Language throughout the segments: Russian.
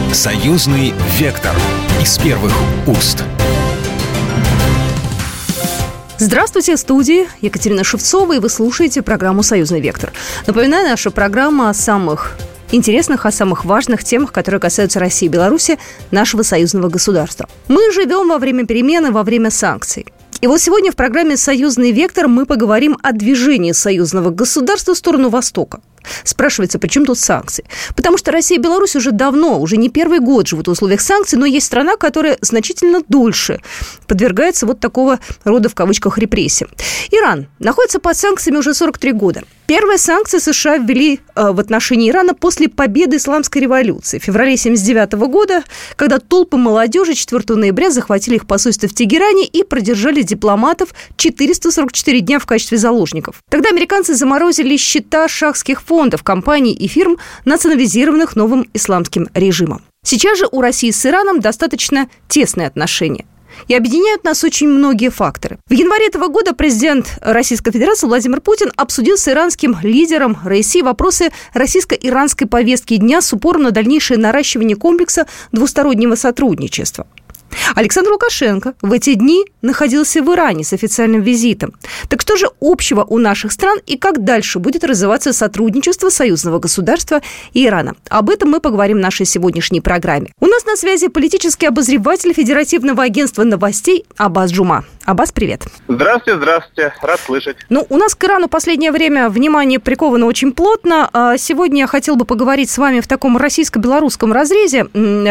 Союзный вектор из первых уст. Здравствуйте, в студии Екатерина Шевцова, и вы слушаете программу «Союзный вектор». Напоминаю, наша программа о самых интересных, о самых важных темах, которые касаются России и Беларуси, нашего союзного государства. Мы живем во время перемены, во время санкций. И вот сегодня в программе «Союзный вектор» мы поговорим о движении союзного государства в сторону Востока. Спрашивается, почему тут санкции? Потому что Россия и Беларусь уже давно, уже не первый год живут в условиях санкций, но есть страна, которая значительно дольше подвергается вот такого рода, в кавычках, репрессиям. Иран находится под санкциями уже 43 года. Первые санкции США ввели в отношении Ирана после победы исламской революции в феврале 1979 года, когда толпы молодежи 4 ноября захватили их посольство в Тегеране и продержали дипломатов 444 дня в качестве заложников. Тогда американцы заморозили счета шахских фондов, компаний и фирм, национализированных новым исламским режимом. Сейчас же у России с Ираном достаточно тесные отношения. И объединяют нас очень многие факторы. В январе этого года президент Российской Федерации Владимир Путин обсудил с иранским лидером Раиси вопросы российско-иранской повестки дня с упором на дальнейшее наращивание комплекса двустороннего сотрудничества. Александр Лукашенко в эти дни находился в Иране с официальным визитом. Так что же общего у наших стран и как дальше будет развиваться сотрудничество союзного государства и Ирана? Об этом мы поговорим в нашей сегодняшней программе. У нас на связи политический обозреватель Федеративного агентства новостей Аббас Джума. Аббас, привет. Здравствуйте, рад слышать. У нас к Ирану в последнее время внимание приковано очень плотно. Сегодня я хотел бы поговорить с вами в таком российско-белорусском разрезе.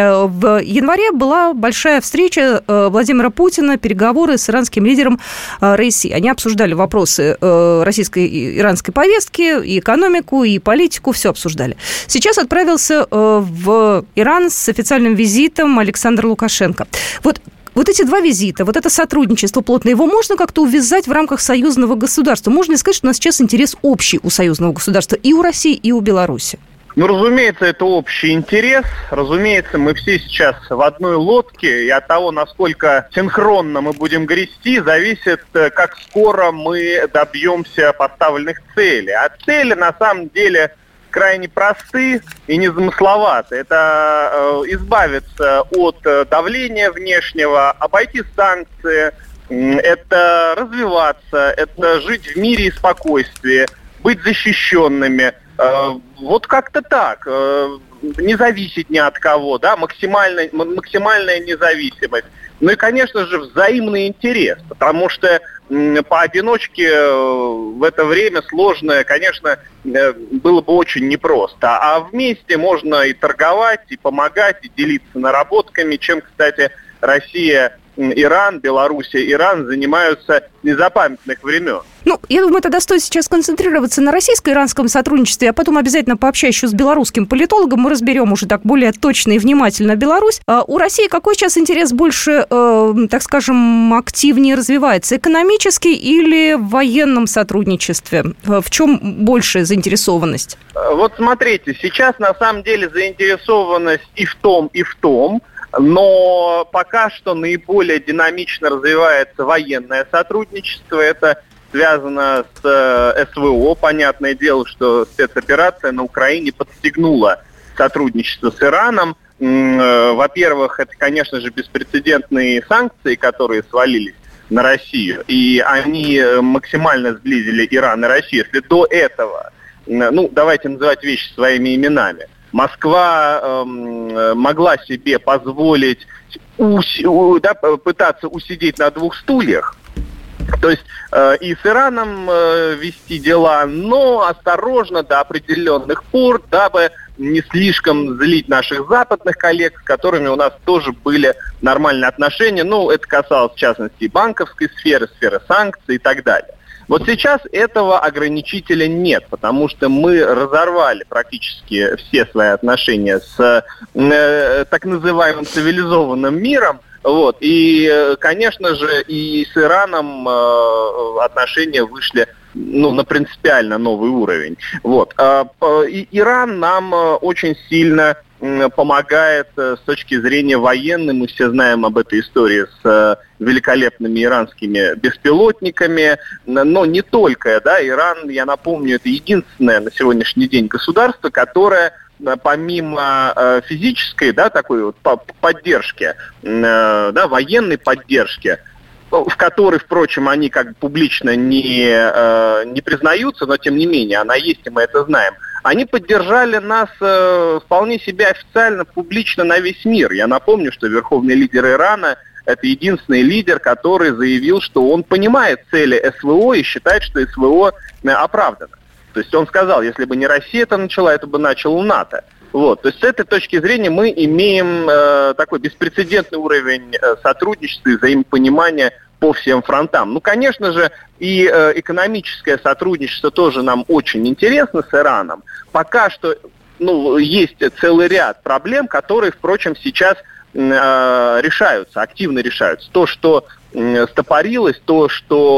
В январе была большая встреча Владимира Путина, переговоры с иранским лидером Раиси. Они обсуждали вопросы российской и иранской повестки, и экономику, и политику, все обсуждали. Сейчас отправился в Иран с официальным визитом Александр Лукашенко. Вот эти два визита, вот это сотрудничество плотное, его можно как-то увязать в рамках союзного государства? Можно ли сказать, что у нас сейчас интерес общий у союзного государства и у России, и у Беларуси? Разумеется, это общий интерес. Разумеется, мы все сейчас в одной лодке, и от того, насколько синхронно мы будем грести, зависит, как скоро мы добьемся поставленных целей. А цели, на самом деле, крайне просты и незамысловаты. Это избавиться от давления внешнего, обойти санкции, это развиваться, это жить в мире и спокойствии, быть защищенными. Вот как-то так. Не зависеть ни от кого, да, максимальная независимость. Ну и, конечно же, взаимный интерес, потому что поодиночке в это время сложное, конечно, было бы очень непросто. А вместе можно и торговать, и помогать, и делиться наработками, чем, кстати, Россия, Иран, Белоруссия, Иран занимаются с незапамятных времен. Я думаю, тогда стоит сейчас концентрироваться на российско-иранском сотрудничестве, а потом обязательно пообщаюсь еще с белорусским политологом, мы разберем уже так более точно и внимательно Беларусь. У России какой сейчас интерес больше, так скажем, активнее развивается? Экономический или в военном сотрудничестве? В чем большая заинтересованность? Вот смотрите, сейчас на самом деле заинтересованность и в том, и в том. Но пока что наиболее динамично развивается военное сотрудничество. Это связано с СВО. Понятное дело, что спецоперация на Украине подстегнула сотрудничество с Ираном. Во-первых, это, конечно же, беспрецедентные санкции, которые свалились на Россию. И они максимально сблизили Иран и Россию. Если до этого, давайте называть вещи своими именами, Москва могла себе позволить пытаться усидеть на двух стульях, то есть и с Ираном вести дела, но осторожно до определенных пор, дабы не слишком злить наших западных коллег, с которыми у нас тоже были нормальные отношения. Это касалось, в частности, и банковской сферы, сферы санкций и так далее. Вот сейчас этого ограничителя нет, потому что мы разорвали практически все свои отношения с так называемым цивилизованным миром. И, конечно же, и с Ираном отношения вышли на принципиально новый уровень. И Иран нам очень сильно помогает с точки зрения военной. Мы все знаем об этой истории с великолепными иранскими беспилотниками, но не только. Иран, я напомню, это единственное на сегодняшний день государство, которое помимо физической, да, такой вот поддержки, да, военной поддержки, в которой, впрочем, они как бы публично не признаются, но тем не менее она есть, и мы это знаем, они поддержали нас вполне себе официально, публично на весь мир. Я напомню, что верховный лидер Ирана – это единственный лидер, который заявил, что он понимает цели СВО и считает, что СВО оправдано. То есть он сказал, если бы не Россия это начала, это бы начало НАТО. Вот. То есть с этой точки зрения мы имеем такой беспрецедентный уровень сотрудничества и взаимопонимания по всем фронтам. Ну, конечно же, и экономическое сотрудничество тоже нам очень интересно с Ираном. Пока что есть целый ряд проблем, которые, впрочем, сейчас решаются, активно решаются. То, что стопорилось, то,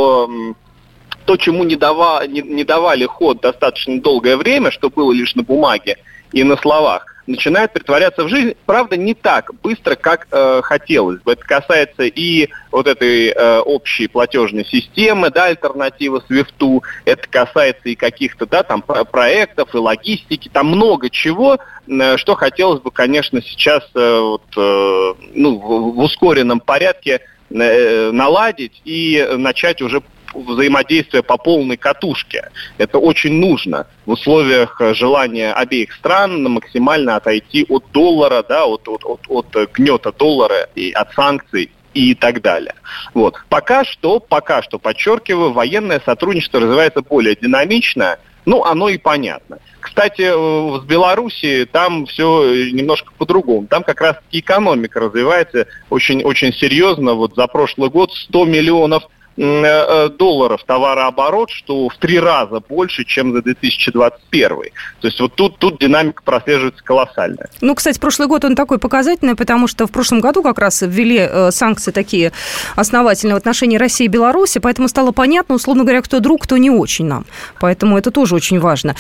чему не давали ход достаточно долгое время, что было лишь на бумаге и на словах, начинает притворяться в жизнь, правда, не так быстро, как хотелось бы. Это касается и вот этой общей платежной системы, да, альтернативы SWIFT, это касается и каких-то, да, там, проектов, и логистики, там много чего, что хотелось бы, конечно, сейчас в ускоренном порядке наладить и начать уже взаимодействие по полной катушке. Это очень нужно в условиях желания обеих стран максимально отойти от доллара, да, от гнета доллара и от санкций и так далее. Вот. Пока что, подчеркиваю, военное сотрудничество развивается более динамично, оно и понятно. Кстати, с Белоруссией там все немножко по-другому. Там как раз экономика развивается очень, очень серьезно. Вот за прошлый год 100 миллионов долларов товарооборот, что в 3 раза больше, чем за 2021. То есть вот тут динамика прослеживается колоссальная. Кстати, прошлый год он такой показательный, потому что в прошлом году как раз ввели санкции такие основательные в отношении России и Беларуси, поэтому стало понятно, условно говоря, кто друг, кто не очень нам. Поэтому это тоже очень важно.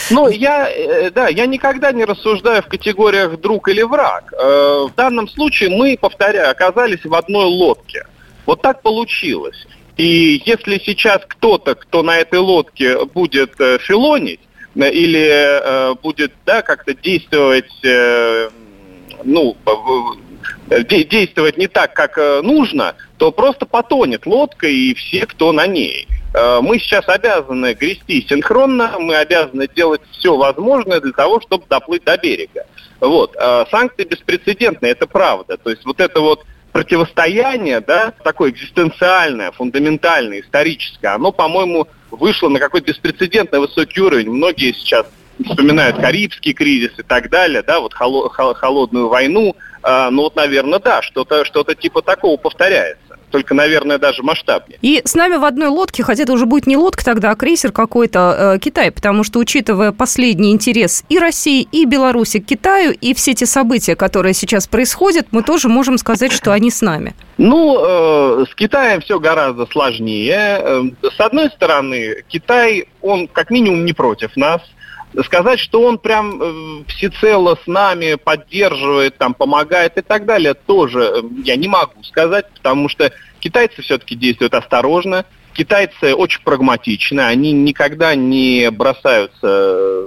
Я никогда не рассуждаю в категориях друг или враг. В данном случае мы, повторяю, оказались в одной лодке. Вот так получилось. И если сейчас кто-то, кто на этой лодке будет филонить или будет, да, как-то действовать, действовать не так, как нужно, то просто потонет лодка и все, кто на ней. Мы сейчас обязаны грести синхронно, мы обязаны делать все возможное для того, чтобы доплыть до берега. Вот. Санкции беспрецедентные, это правда. То есть вот это вот противостояние, да, такое экзистенциальное, фундаментальное, историческое, оно, по-моему, вышло на какой-то беспрецедентно высокий уровень. Многие сейчас вспоминают Карибский кризис и так далее, да, вот холодную войну. Наверное, да, что-то типа такого повторяется. Только, наверное, даже масштабнее. И с нами в одной лодке, хотя это уже будет не лодка тогда, а крейсер какой-то, Китай, потому что, учитывая последний интерес и России, и Беларуси к Китаю, и все те события, которые сейчас происходят, мы тоже можем сказать, что они с нами. С Китаем все гораздо сложнее. С одной стороны, Китай, он как минимум не против нас. Сказать, что он прям всецело с нами поддерживает, там, помогает и так далее, тоже я не могу сказать, потому что китайцы все-таки действуют осторожно, китайцы очень прагматичны, они никогда не бросаются,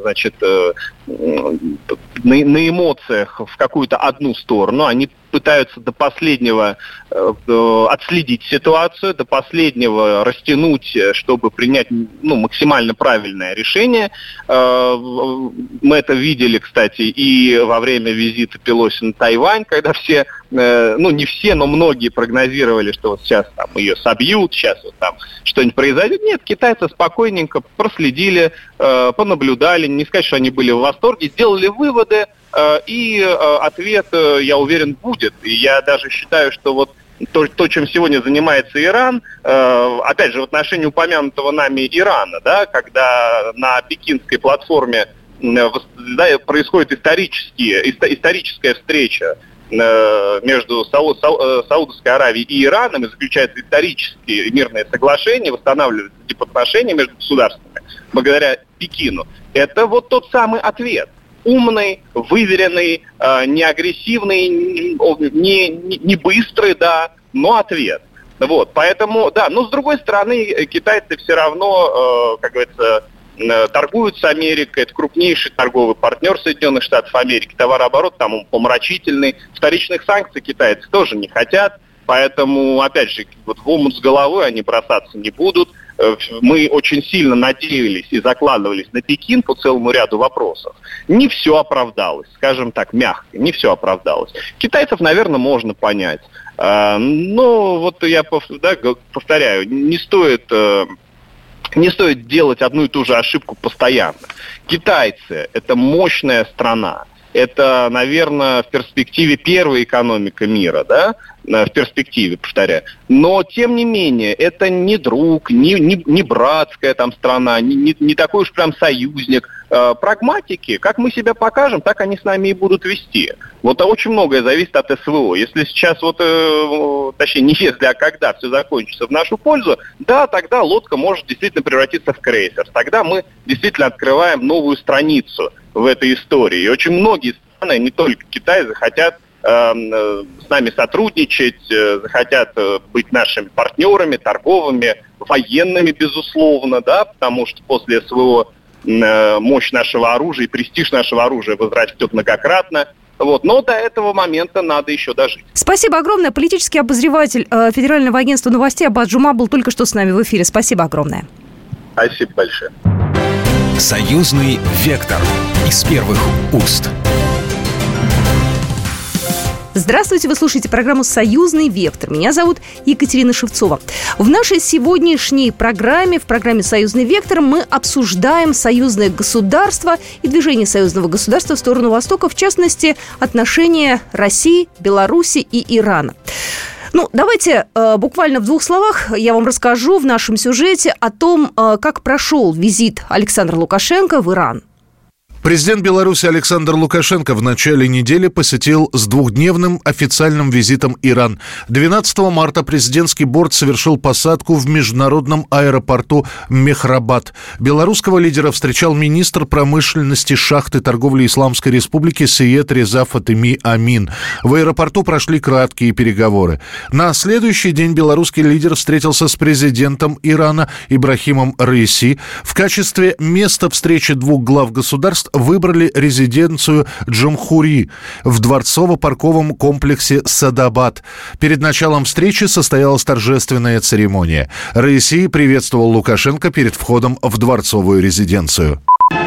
на эмоциях в какую-то одну сторону, они пытаются до последнего отследить ситуацию, до последнего растянуть, чтобы принять максимально правильное решение. Мы это видели, кстати, и во время визита Пелоси на Тайвань, когда все, не все, но многие прогнозировали, что вот сейчас там ее собьют, сейчас вот там что-нибудь произойдет. Нет, китайцы спокойненько проследили, понаблюдали, не сказать, что они были в восторге, сделали выводы, и ответ, я уверен, будет. И я даже считаю, что вот то, чем сегодня занимается Иран, опять же, в отношении упомянутого нами Ирана, да, когда на пекинской платформе происходит историческая встреча между Саудовской Аравией и Ираном, и заключается исторические мирные соглашения, восстанавливаются отношения между государствами благодаря Пекину. Это вот тот самый ответ. Умный, выверенный, не агрессивный, не быстрый, да, но ответ. Вот, поэтому, да, но с другой стороны, китайцы все равно, как говорится, торгуют с Америкой, это крупнейший торговый партнер Соединенных Штатов Америки, товарооборот там помрачительный, вторичных санкций китайцы тоже не хотят, поэтому, опять же, вот в омут с головой они бросаться не будут. Мы очень сильно надеялись и закладывались на Пекин по целому ряду вопросов. Не все оправдалось, скажем так, мягко, не все оправдалось. Китайцев, наверное, можно понять. Но вот я повторяю, не стоит делать одну и ту же ошибку постоянно. Китайцы – это мощная страна. Это, наверное, в перспективе первая экономика мира, да? В перспективе, повторяю. Но, тем не менее, это не друг, не братская там страна, не такой уж прям союзник. Прагматики, как мы себя покажем, так они с нами и будут вести. Вот очень многое зависит от СВО. Если сейчас, точнее, не если, а когда все закончится в нашу пользу, да, тогда лодка может действительно превратиться в крейсер. Тогда мы действительно открываем новую страницу в этой истории. И очень многие страны, не только Китай, захотят с нами сотрудничать, захотят быть нашими партнерами, торговыми, военными, безусловно, да, потому что после СВО мощь нашего оружия и престиж нашего оружия возрастет многократно. Но до этого момента надо еще дожить. Спасибо огромное. Политический обозреватель Федерального агентства новостей Аббас Джума был только что с нами в эфире. Спасибо огромное. Спасибо большое. Союзный вектор из первых уст. Здравствуйте, вы слушаете программу «Союзный вектор». Меня зовут Екатерина Шевцова. В нашей сегодняшней программе, в программе «Союзный вектор», мы обсуждаем союзное государство и движение союзного государства в сторону Востока, в частности, отношения России, Беларуси и Ирана. Давайте буквально в двух словах я вам расскажу в нашем сюжете о том, как прошел визит Александра Лукашенко в Иран. Президент Беларуси Александр Лукашенко в начале недели посетил с двухдневным официальным визитом Иран. 12 марта президентский борт совершил посадку в международном аэропорту Мехрабад. Белорусского лидера встречал министр промышленности, шахт и торговли Исламской Республики Сиед Реза Фатеми Амин. В аэропорту прошли краткие переговоры. На следующий день белорусский лидер встретился с президентом Ирана Ибрахимом Раиси. В качестве места встречи двух глав государств выбрали резиденцию Джумхури в дворцово-парковом комплексе Садабад. Перед началом встречи состоялась торжественная церемония. Раиси приветствовал Лукашенко перед входом в дворцовую резиденцию.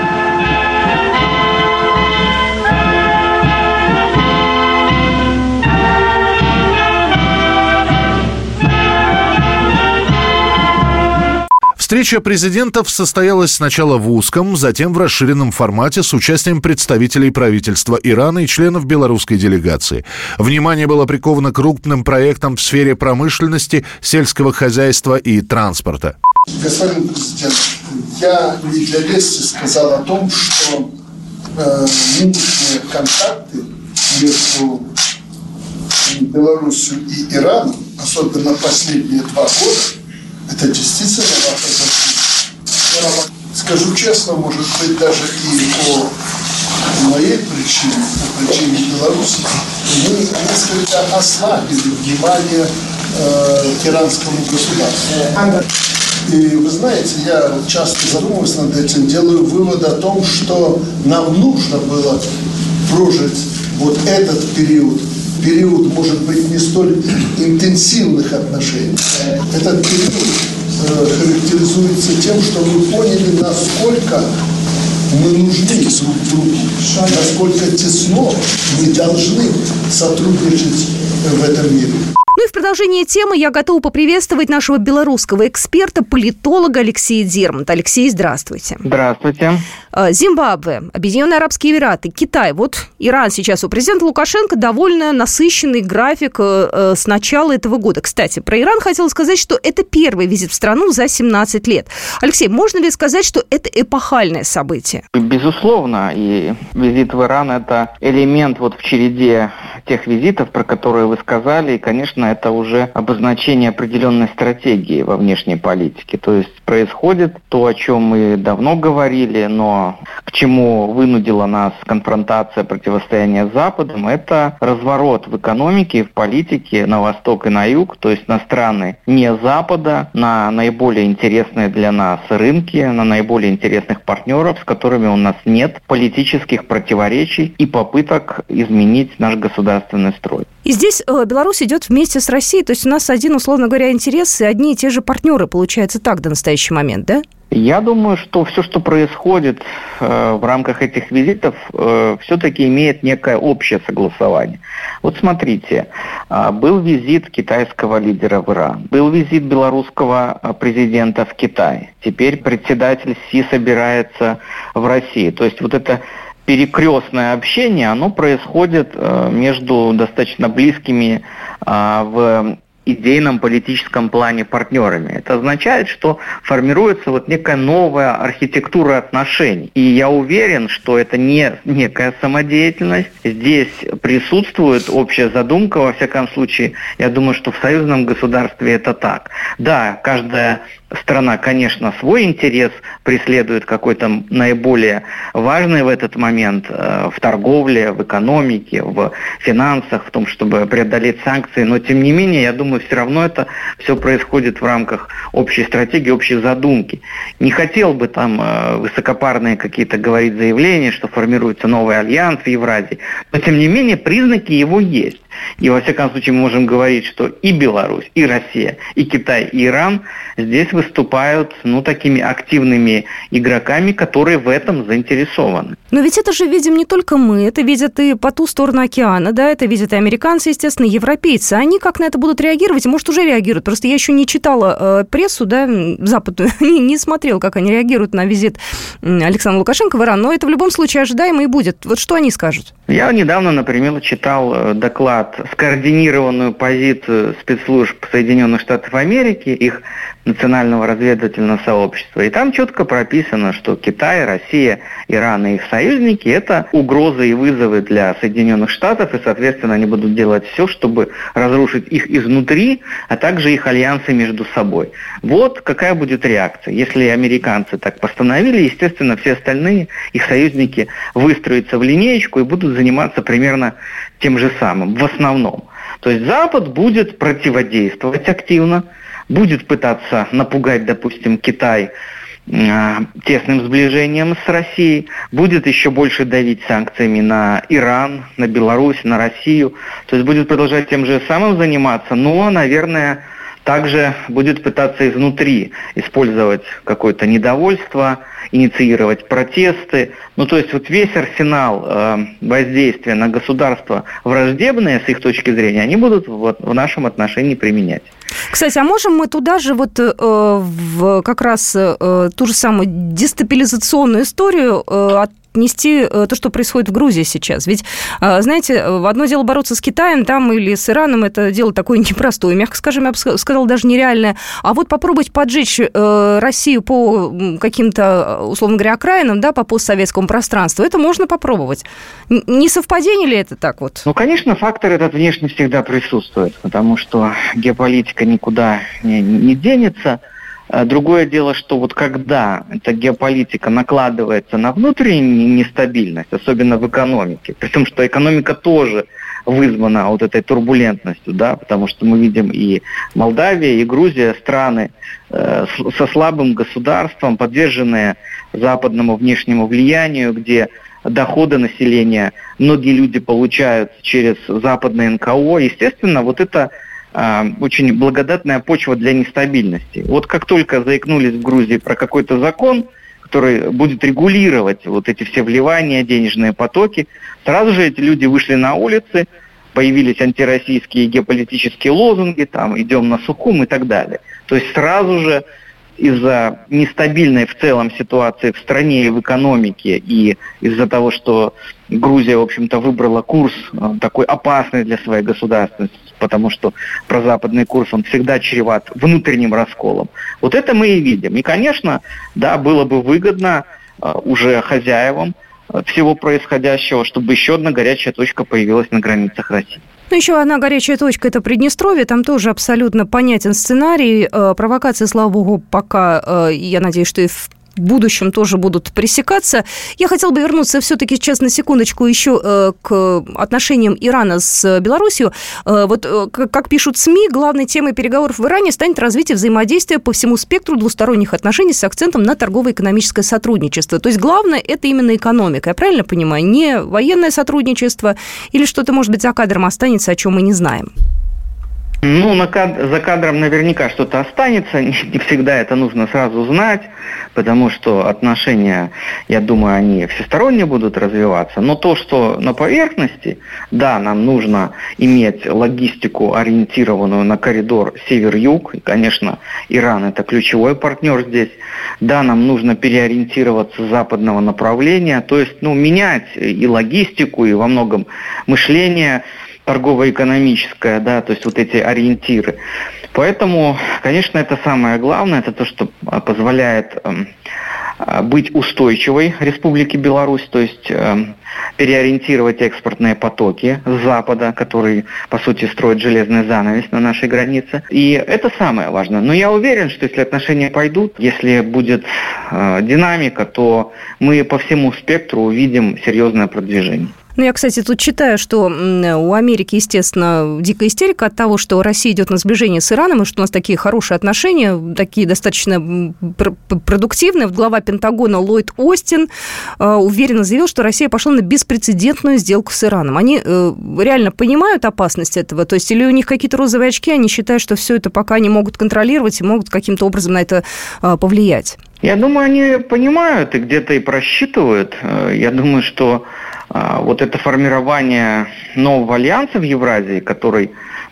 Встреча президентов состоялась сначала в узком, затем в расширенном формате с участием представителей правительства Ирана и членов белорусской делегации. Внимание было приковано к крупным проектам в сфере промышленности, сельского хозяйства и транспорта. Господин президент, я не для лести сказал о том, что нынешние контакты между Беларусью и Ираном, особенно последние 2 года, это действительно ваша заслуга. Скажу честно, может быть, даже и по моей причине, по причине Беларуси, мы несколько ослабили внимание к иранскому государству. И вы знаете, я часто задумываюсь над этим, делаю вывод о том, что нам нужно было прожить вот этот период, может быть, не столь интенсивных отношений. Этот период характеризуется тем, что мы поняли, насколько мы нужны друг другу, насколько тесно мы должны сотрудничать в этом мире. И в продолжение темы я готова поприветствовать нашего белорусского эксперта, политолога Алексея Дермонта. Алексей, здравствуйте. Здравствуйте. Зимбабве, Объединенные Арабские Эмираты, Китай. Вот Иран сейчас у президента Лукашенко довольно насыщенный график с начала этого года. Кстати, про Иран хотела сказать, что это первый визит в страну за 17 лет. Алексей, можно ли сказать, что это эпохальное событие? Безусловно. И визит в Иран – это элемент в череде тех визитов, про которые вы сказали, и, конечно, это уже обозначение определенной стратегии во внешней политике. То есть происходит то, о чем мы давно говорили, но к чему вынудила нас конфронтация, противостояние с Западом, это разворот в экономике и в политике на восток и на юг, то есть на страны не Запада, на наиболее интересные для нас рынки, на наиболее интересных партнеров, с которыми у нас нет политических противоречий и попыток изменить наш государственный строй. И здесь Беларусь идет вместе с Россией, то есть у нас один, условно говоря, интерес и одни и те же партнеры, получается так до настоящего момента, да? Я думаю, что все, что происходит в рамках этих визитов, все-таки имеет некое общее согласование. Вот смотрите, был визит китайского лидера в Иран, был визит белорусского президента в Китай, теперь председатель Си собирается в России. То есть вот это перекрестное общение, оно происходит между достаточно близкими в идейном политическом плане партнерами. Это означает, что формируется вот некая новая архитектура отношений. И я уверен, что это не некая самодеятельность. Здесь присутствует общая задумка, во всяком случае, я думаю, что в союзном государстве это так. Да, каждая страна, конечно, свой интерес преследует какой-то наиболее важный в этот момент в торговле, в экономике, в финансах, в том, чтобы преодолеть санкции. Но, тем не менее, я думаю, все равно это все происходит в рамках общей стратегии, общей задумки. Не хотел бы там высокопарные какие-то говорить заявления, что формируется новый альянс в Евразии. Но, тем не менее, признаки его есть. И, во всяком случае, мы можем говорить, что и Беларусь, и Россия, и Китай, и Иран здесь выступают, такими активными игроками, которые в этом заинтересованы. Но ведь это же видим не только мы, это видят и по ту сторону океана, да, это видят и американцы, естественно, и европейцы. Они как на это будут реагировать? Может, уже реагируют? Просто я еще не читала прессу, да, западную, не смотрела, как они реагируют на визит Александра Лукашенко в Иран, но это в любом случае ожидаемо и будет. Вот что они скажут? Я недавно, например, читал доклад, скоординированную позицию спецслужб Соединенных Штатов Америки, их национального разведывательного сообщества. И там четко прописано, что Китай, Россия, Иран и их союзники – это угрозы и вызовы для Соединенных Штатов, и, соответственно, они будут делать все, чтобы разрушить их изнутри, а также их альянсы между собой. Вот какая будет реакция. Если американцы так постановили, естественно, все остальные, их союзники, выстроятся в линеечку и будут заниматься примерно тем же самым, в основном. То есть Запад будет противодействовать активно, будет пытаться напугать, допустим, Китай тесным сближением с Россией, будет еще больше давить санкциями на Иран, на Беларусь, на Россию. То есть будет продолжать тем же самым заниматься, но, наверное, также будет пытаться изнутри использовать какое-то недовольство, инициировать протесты. То есть вот весь арсенал воздействия на государства враждебные с их точки зрения, они будут в нашем отношении применять. Кстати, а можем мы туда же как раз ту же самую дестабилизационную историю отнести то, что происходит в Грузии сейчас? Ведь, знаете, одно дело бороться с Китаем там или с Ираном, это дело такое непростое, мягко скажем, я бы сказала, даже нереальное. А вот попробовать поджечь Россию по каким-то, условно говоря, окраинам, да, по постсоветскому пространству, это можно попробовать. Не совпадение ли это так вот? Конечно, фактор этот внешне всегда присутствует, потому что геополитика никуда не денется. Другое дело, что вот когда эта геополитика накладывается на внутреннюю нестабильность, особенно в экономике, при том, что экономика тоже вызвана вот этой турбулентностью, да, потому что мы видим и Молдавия, и Грузия, страны со слабым государством, подверженные западному внешнему влиянию, где доходы населения многие люди получают через западное НКО. Естественно, вот это очень благодатная почва для нестабильности. Вот как только заикнулись в Грузии про какой-то закон, который будет регулировать вот эти все вливания, денежные потоки, сразу же эти люди вышли на улицы, появились антироссийские геополитические лозунги, там «идем на Сухум» и так далее. То есть сразу же из-за нестабильной в целом ситуации в стране и в экономике, и из-за того, что Грузия, в общем-то, выбрала курс такой опасный для своей государственности, потому что прозападный курс, он всегда чреват внутренним расколом. Вот это мы и видим. И, конечно, да, было бы выгодно уже хозяевам всего происходящего, чтобы еще одна горячая точка появилась на границах России. Ну, еще одна горячая точка – это Приднестровье. Там тоже абсолютно понятен сценарий. Провокации, слава богу, пока, я надеюсь, что и в будущем тоже будут пресекаться. Я хотела бы вернуться все-таки сейчас на секундочку еще к отношениям Ирана с Беларусью. Вот, как пишут СМИ, главной темой переговоров в Иране станет развитие взаимодействия по всему спектру двусторонних отношений с акцентом на торгово-экономическое сотрудничество. То есть главное – это именно экономика. Я правильно понимаю? Не военное сотрудничество или что-то, может быть, за кадром останется, о чем мы не знаем? Ну, за кадром наверняка что-то останется, не всегда это нужно сразу знать, потому что отношения, я думаю, они всесторонне будут развиваться, но то, что на поверхности, да, нам нужно иметь логистику, ориентированную на коридор север-юг, и, конечно, Иран это ключевой партнер здесь, да, нам нужно переориентироваться с западного направления, то есть, менять и логистику, и во многом мышление торгово-экономическое, да, то есть вот эти ориентиры. Поэтому, конечно, это самое главное, это то, что позволяет быть устойчивой Республике Беларусь, то есть переориентировать экспортные потоки с Запада, который, по сути, строит железный занавес на нашей границе. И это самое важное. Но я уверен, что если отношения пойдут, если будет динамика, то мы по всему спектру увидим серьезное продвижение. Ну, я, кстати, тут читаю, что у Америки, естественно, дикая истерика от того, что Россия идет на сближение с Ираном, и что у нас такие хорошие отношения, такие достаточно продуктивные. Глава Пентагона Ллойд Остин уверенно заявил, что Россия пошла на беспрецедентную сделку с Ираном. Они реально понимают опасность этого? То есть, или у них какие-то розовые очки, они считают, что все это пока не могут контролировать и могут каким-то образом на это повлиять? Я думаю, они понимают и где-то и просчитывают. Я думаю, что вот это формирование нового альянса в Евразии, который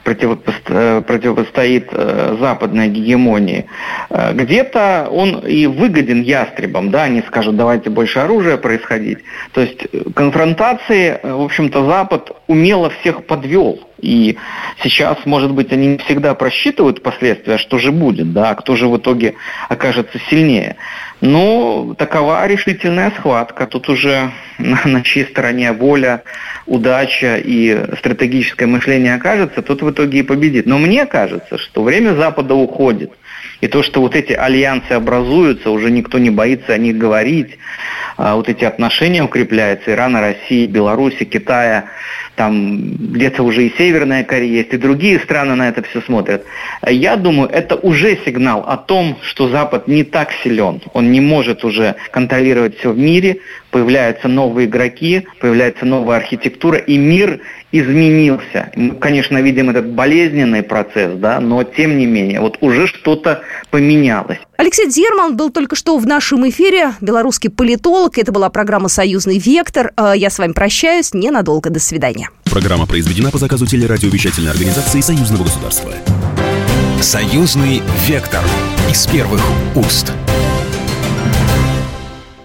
противостоит западной гегемонии, где-то он и выгоден ястребам, да, они скажут, давайте больше оружия происходить. То есть конфронтации, в общем-то, Запад умело всех подвел. И сейчас, может быть, они не всегда просчитывают последствия, что же будет, да, кто же в итоге окажется сильнее. Но такова решительная схватка. Тут уже на чьей стороне воля, удача и стратегическое мышление окажется, тот в итоге и победит. Но мне кажется, что время Запада уходит. И то, что вот эти альянсы образуются, уже никто не боится о них говорить, вот эти отношения укрепляются, Ирана, России, Беларуси, Китая, там где-то уже и Северная Корея есть, и другие страны на это все смотрят. Я думаю, это уже сигнал о том, что Запад не так силен, он не может уже контролировать все в мире, появляются новые игроки, появляется новая архитектура, и мир изменился. Мы, конечно, видим этот болезненный процесс, да, но тем не менее, вот уже что-то поменялось. Алексей Дзерман был только что в нашем эфире, белорусский политолог. Это была программа «Союзный вектор». Я с вами прощаюсь ненадолго. До свидания. Программа произведена по заказу телерадиовещательной организации Союзного государства. «Союзный вектор» из первых уст.